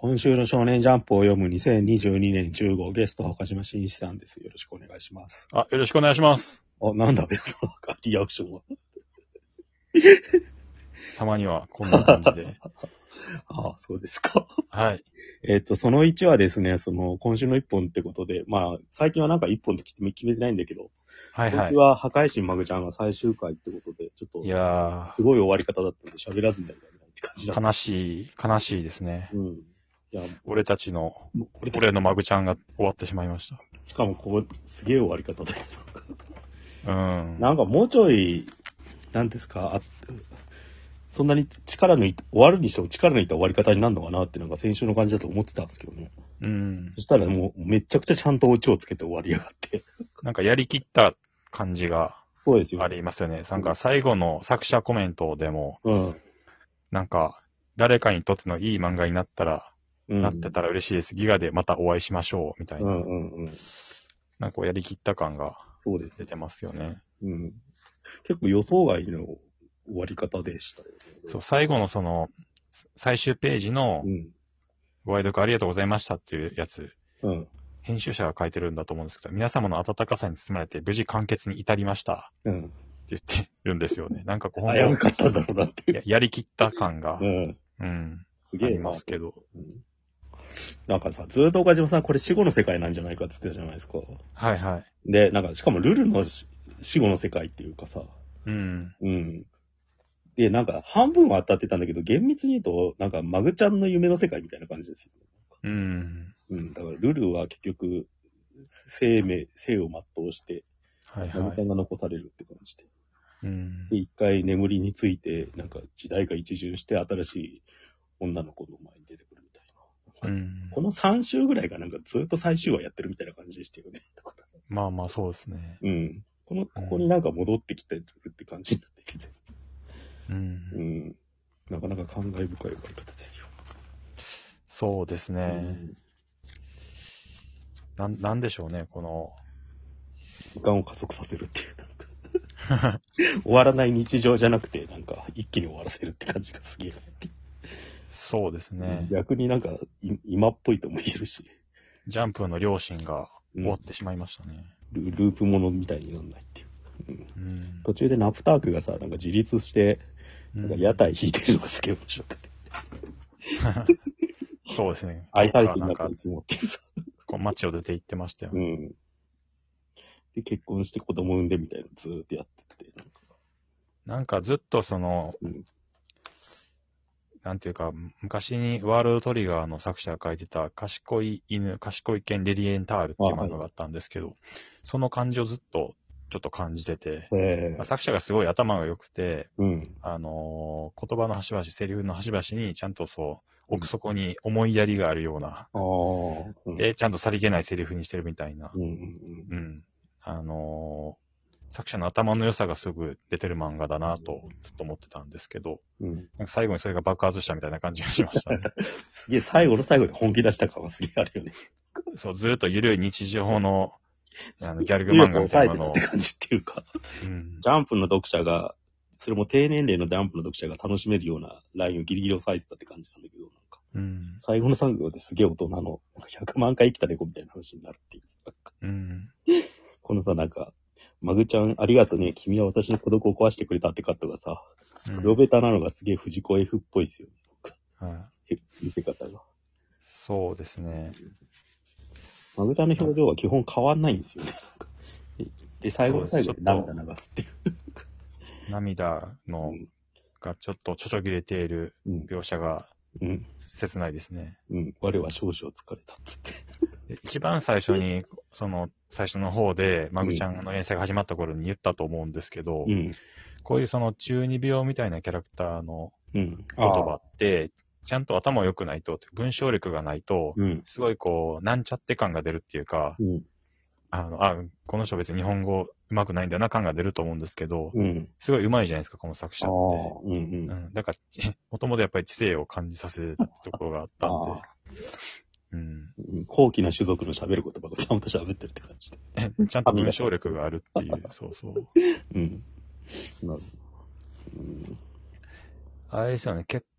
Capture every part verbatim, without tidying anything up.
今週の少年ジャンプを読むにせんにじゅうにねんじゅうごゲスト、岡島真一さんです。よろしくお願いします。 あ、よろしくお願いします。 あ、なんだべ、そのリアクションは。 たまにはこんな感じで。 ああ、そうですか。 はい。 えっと、そのいちはですね、その、今週のいっぽんってことで、まあ、最近はなんかいっぽんって決め決めてないんだけど、 はいはい。 今週は破壊神マグちゃんが最終回ってことで、ちょっと、 いやすごい終わり方だったんで喋らずにやりたいなって感じだっー、 た。 悲しい、悲しいですね。 うん。いや、 俺たちの、 もうこれ俺のマグちゃんが終わってしまいまししかもこう、すげえ終わり方で。 た。うん。 なんかもうちょい、なんですか、あそんなに力抜いて、終わるにしても力抜いた終わり方になるのかなってなんか先週の感じだと思ってたんですけどね。 うん。 そしたらもうめちゃくちゃちゃんとオチをつけて終わりやがって。 なんかやりきった感じがそうですよ。 ありますよね。なんか最後の作者コメントでも、 うん。 なんか誰かにとってのいい漫画になったら、 うん。 なってたら嬉しいです。ギガでまたお会いしましょう、みたいうな。 んうんうん。 なんかこうやりきった感がそうです出てますよね。 うん。結構予想外の終わり方でしたよね。 そう、最後のその、最終ページのう、ん。 ご愛読ありがとうございましたっていうやつ、 うん。 編集者が書いてるんだと思うんですけど、皆様の温かさに包まれて無事完結に至りましたうん。 って言ってるんですよね。なんかこう、 あ、やばかったんだろうなっていう。 ややりきった感が、 うん。 うん、 すげえな。 ありますけど。 うん。なんかさ、ずーっと岡島さんこれ死後の世界なんじゃないかって言ってたじゃないですか。 はいはい。 で、なんか、しかもルルのし死後の世界っていうかさ、 うん。 うん。で、なんか、半分は当たってたんだけど、厳密に言うと、なんか、マグちゃんの夢の世界みたいな感じですよ。 うん。 うん。だから、ルルは結局、生命、生を全うして、 はいはい。 マグちゃんが残されるって感じで。 うんで、。一回眠りについて、なんか、時代が一巡して、新しい女の子の前に出てくるみたいな。 うんこのさん週ぐらいがなんか、ずっと最終話やってるみたいな感じでしたよね。だからまあまあそうですね。 うん。この、ここになんか戻ってきてるって感じになってきて。 う。 うんん。なかなか感慨深い終わり方ですよ。 そうですうね。 ん。 なん、なんでしょうね、この、 時間を加速させるっていう。なんか終わらない日常じゃなくて、なんか一気に終わらせるって感じがすげえ。 そうですね。 逆になんかい今っぽいとも言えるし、 ジャンプの両親がうん終わってしまいましたね。 ル、ループものみたいになんないっていう。うん、 うん。 途中でナプタークがさ、なんか自立して、なんか屋台引いてるのがすげえ面白くて。 そうですね。 愛されどっかなんかてるんだったい、つもっていうさ。 こう街を出て行ってましたよね。 うん。で、結婚して子供産んでみたいなのずーっとやってて、なんか。 なんかずっとその、 うん。 なんていうか、昔にワールドトリガーの作者が書いてた、賢い犬、賢い犬レディエンタールっていう漫画があったんですけど、はい、その感じをずっとちょっと感じてて、 えー、 作者がすごい頭が良くて、 うん。 あのー言葉の端々、セリフの端々にちゃんとそう、奥底に思いやりがあるような、 ああ、うん、 で、ちゃんとさりげないセリフにしてるみたいな、 うんうんうん。あのー作者の頭の良さがすぐ出てる漫画だなと、ずっと思ってたんですけど、 うん。 なんか最後にそれが爆発したみたいな感じがしましたね。 すげえ、最後の最後で本気出した感はすげえあるよね。 そう、ずーっと緩い日常の、あの、ギャルグ強漫画みたく抑えていなのを、 たって感じっていうか、 うんジャンプの読者が、それも低年齢のジャンプの読者が楽しめるようなラインをギリギリ抑えてたって感じなんだけど、なんか、 うん、 最後の最後ですげえ大人の、なんかひゃくまん回生きた猫みたいな話になるっていう。 うん、 このさ、なんか、マグちゃん、ありがとね、君は私の孤独を壊してくれたってカットがさ、黒ベタなのがすげえ藤子 F っぽいですよね。 はい、 見せ方が。 そうですね。 マグちゃんの表情は基本変わんないんですよね。で、で最後の最後で涙流すっていう。 涙の、がちょっとちょちょ切れている描写が、 うん。 切ないですね。 うん。我は少々疲れたっつって。 一番最初に、その、最初の方で、マグちゃんの連載が始まった頃に言ったと思うんですけど、 うん、 こういうその中二病みたいなキャラクターの言葉って、ちゃんと頭良くないと、文章力がないと、 うん、 すごいこう、なんちゃって感が出るっていうか、 うん、ああの、あ、この人別に日本語上手くないんだよな感が出ると思うんですけど、 うん、 すごい上手いじゃないですか、この作者って。 うんうん、 うん、だから、もともとやっぱり知性を感じさせるところがあったんで、うん、 高貴な種族の喋る言葉がちゃんと喋ってるって感じで。 ちゃんと文章力があるっていう、そうそう。 うん。なるほど。うん、 あれですよね、結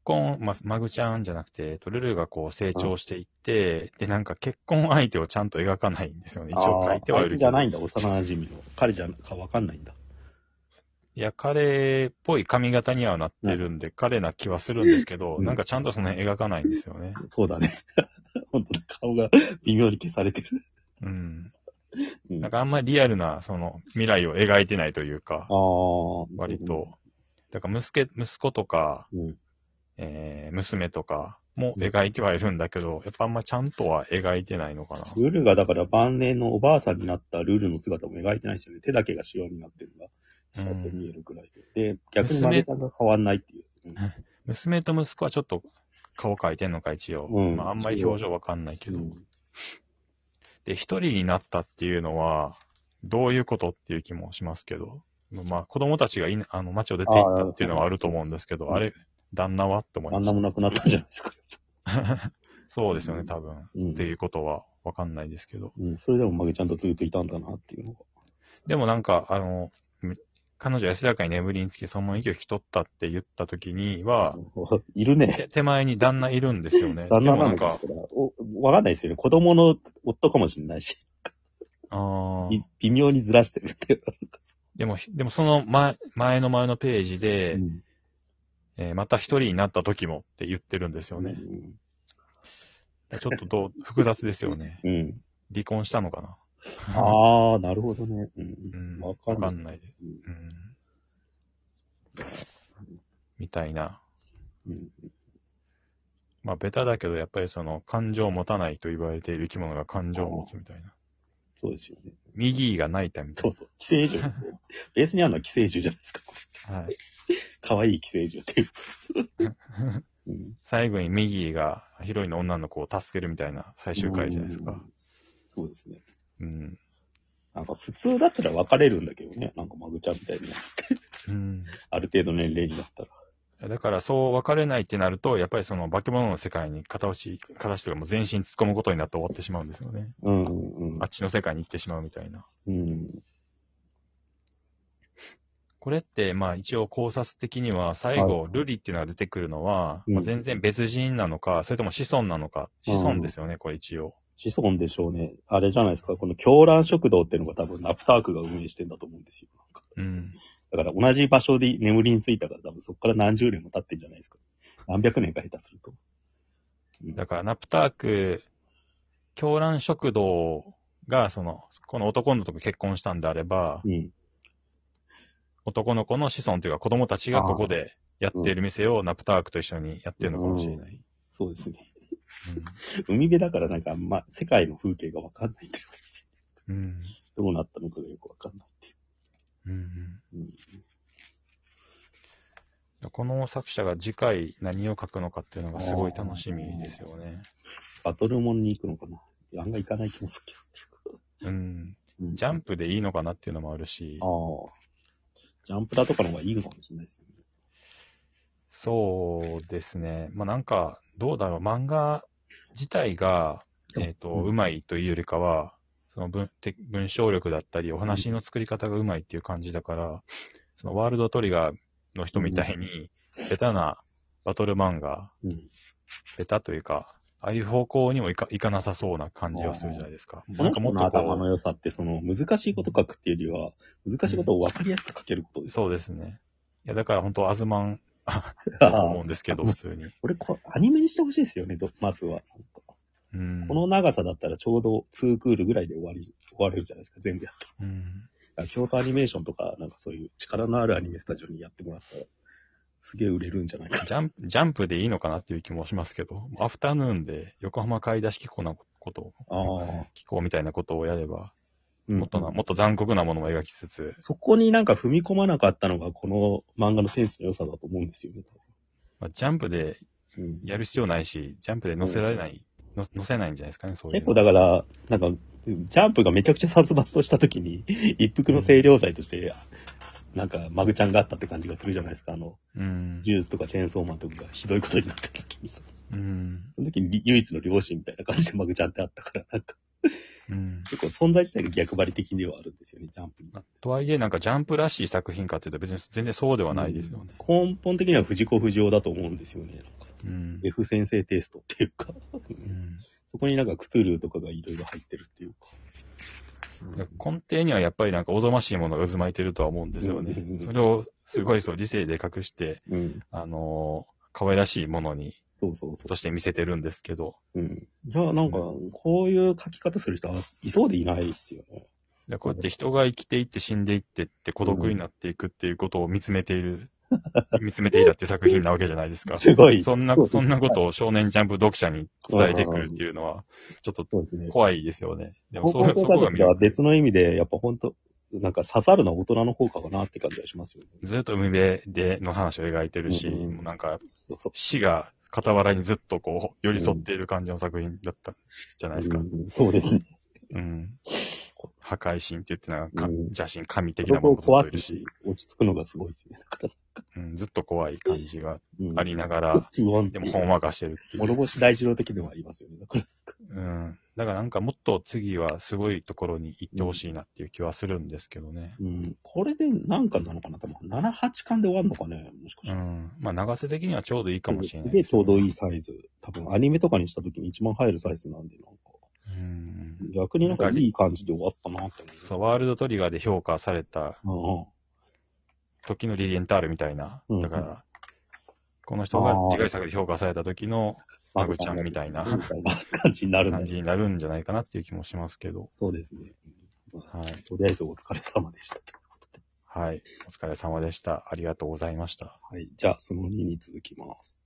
婚、まあ、マグちゃんじゃなくて、えっとルルがこう成長していって、で、なんか結婚相手をちゃんと描かないんですよね。一応書いてはいるけど。 相手じゃないんだ、幼馴染の。彼じゃかわかんないんだ。 いや、彼っぽい髪型にはなってるんで、彼な気はするんですけど、 うんなんかちゃんとその辺描かないんですよね。 そうだね。本当だ、顔が微妙に消されてる。 うん。 うん、 なんかあんまりリアルな、その、未来を描いてないというか、 ああ、 割と。だから息子、息子とか、 うん。 えー、娘とかも描いてはいるんだけど、やっぱあんまちゃんとは描いてないのかな。 ルルがだから晩年のおばあさんになったルルの姿も描いてないですよね。手だけが塩になってるのが、ちゃんと見えるくらいで。で、逆にマグちゃんが変わんないっていう。うん、 娘と息子はちょっと顔描いてんのか、一応。 うんまあ、あんまり表情わかんないけど。 うんで、一人になったっていうのは、どういうことっていう気もしますけど。まあ、子供たちがいなあの街を出て行ったっていうのはあると思うんですけど、 あーあれ、旦那はって思いあんましなもなくなったんじゃないですか。 た。そうですよね、多分。 うんっていうことはわかんないですけど。 うん、それでもマグちゃんとずっといたんだなっていうのが。 でもなんか、あの、み彼女安らかに眠りにつき、その息を引き取ったって言った時には、 いるね。 手手前に旦那いるんですよね。 旦那なでもなんか、 のかそれはお、わかんないですよね。子供の夫かもしれないし。 あーい微妙にずらしてるっていうか。 でも、でもその前、前の前のページで、 うんえーまた一人になった時もって言ってるんですよね。ちょっとどう、複雑ですよね。 うん。うん。 離婚したのかな。 ああ、なるほどね。う。 うんん。 わわかんない。 かんないで。 うんうん。みたいな。 うんまあ、ベタだけど、やっぱりその、感情を持たないと言われている生き物が感情を持つみたいな。 そうですよね。 右が泣いたみたいうそそう。寄生獣。ベースにあるのは寄生獣じゃないですか。 な。はい。 可愛い寄生獣っていう。うん最後に右がヒロインの女の子を助けるみたいな最終回じゃないですか。 うんそうですね。 うん。 なんか普通だったら別れるんだけどね。なんかマグちゃんみたいなやつって。 うん。 ある程度年齢になったら。 だからそう分かれないってなると、やっぱりその化け物の世界に片押し、片足というかもう全身突っ込むことになって終わってしまうんですよね。 うんうんあっちの世界に行ってしまうみたいな。 うん。うん。 これって、まあ一応考察的には、最後、ルリっていうのが出てくるのは、 うんまあ、全然別人なのか、それとも子孫なのか、子孫ですよね、これ一応。 子孫でしょうね。あれじゃないですか。この狂乱食堂っていうのが多分ナプタークが運営してんだと思うんですよ。なんかうん。 だから同じ場所で眠りについたから多分そこから何十年も経ってんじゃないですか。何百年か下手すると。うんだから、ナプターク、狂乱食堂が、その、この男の子と結婚したんであれば、 うん。 男の子の子孫というか子供たちがここでやっている店をナプタークと一緒にやってるのかもしれない。 そうですね。 うん。 海辺だからなんかあんま世界の風景がわかんないっていうかうん。 どうなったのかがよくわかんないっていうん。 う。うんこの作者が次回何を書くのかっていうのがすごい楽しみですよね。 バトルモンに行くのかな案外行かない気もするけうん。 ど。うんジャンプでいいのかなっていうのもあるし、 ああ。ジャンプだとかの方がいいのかもしれないですよね。 そうですね。まあなんか、どうだろう、漫画自体が、えっ、と、 うんうまいというよりかは、その文て文章力だったり、お話の作り方がうまいっていう感じだから、そのワールドトリガーの人みたいに、ベタなバトル漫画、 うん。 ベタというか、ああいう方向にもいかいかなさそうな感じはするじゃないですか。 こなんかの人のもっとこ頭の良さって、その難しいこと書くっていうよりは、難しいことを分かりやすく書けることう、 です。 そうですね。いや、だから本当アズマンだと思うんですけど、普通に。 これこ、アニメにしてほしいですよね、どまずは。 うん。 この長さだったらちょうどにクールぐらいで終わり、終われるじゃないですか、全部やって。 うん。 だから京都アニメーションとか、なんかそういう力のあるアニメスタジオにやってもらったら、すげえ売れるんじゃないか。 ジャンプ、ジャンプでいいのかなっていう気もしますけど、アフタヌーンで横浜買い出し機構なことを、 ああ。 機構みたいなことをやれば、 うんもっとな、もっと残酷なものも描きつつ、 そこになんか踏み込まなかったのが、この漫画のセンスの良さだと思うんですよね。 まあ、ジャンプでうん、 やる必要ないし、ジャンプで載せられない、の載せないんじゃないですかね、そういうの。 結構だから、なんか、ジャンプがめちゃくちゃ殺伐とした時に、一服の清涼剤として、なんか、マグちゃんがあったって感じがするじゃないですか。あの、 うん。 ジュースとかチェーンソーマンとかがひどいことになった時にさ。 うん。 その時に唯一の両親みたいな感じでマグちゃんってあったから、なんか、 うん。 結構存在自体が逆張り的ではあるんですよね、ジャンプに。 とはいえ、なんかジャンプらしい作品かっていうと別に全然そうではないですよね。 うん根本的には藤子不二雄だと思うんですよね。なんかうん。 F 先生テイストっていうか、 うんそこになんかクトゥルーとかがいろいろ入ってるっていうか。 根底にはやっぱりなんかおぞましいものが渦巻いてるとは思うんですよね。 うんそれをすごいそう理性で隠して、 うん、 あのー可愛らしいものに、 そうそうそう。 として見せてるんですけど、 うん。じゃあなんか、こういう書き方する人はいそうでいないですよね。 でこうやって人が生きていって死んでいってって孤独になっていくっていうことを見つめている、見つめていたって作品なわけじゃないですか。 すごい。 そんな、そんなことを少年ジャンプ読者に伝えてくるっていうのは、ちょっとそうですね。 怖いですよね。でもそ、 高校そこが見る生家族は別の意味で、やっぱ本当なんか刺さるのは大人の方かなって感じがしますよね。 ずっと海辺での話を描いてるし、 うんもうなんかそうそう死が傍らにずっとこう寄り添っている感じの作品だったじゃないですか。 うんそうですね。 うん。破壊神って言ってなんか、 うん邪神神的なものもずっ子供を壊すといるし、 落ち着くのがすごいですね。 うん、ずっと怖い感じがうんありながら、 不安でもほんわかしてるっていう。 諸星大二郎的ではありますよね。だからうん。だからなんかもっと次はすごいところに行ってほしいなっていう気はするんですけどね。 うん、これで何巻なのかな多分なな、はち巻で終わるのかねもしかして。 うん。まあ長瀬的にはちょうどいいかもしれないすげえちょうどいい。 いサイズ。多分アニメとかにした時に一番入るサイズなんで、なんか。 うん。 逆になんかいい感じで終わったなって思う。 そう、ワールドトリガーで評価されたうんうん時のリリエンタールみたいな。 うんだから、この人があー次回作で評価された時のマグちゃんみたいなみたいな感じになるんだ感じになるんじゃないかなっていう気もしますけど。 そうですね。 はい。 とりあえずお疲れ様でした。 はい。お疲れ様でした。ありがとうございました。 はい。じゃあ、そのにに続きます。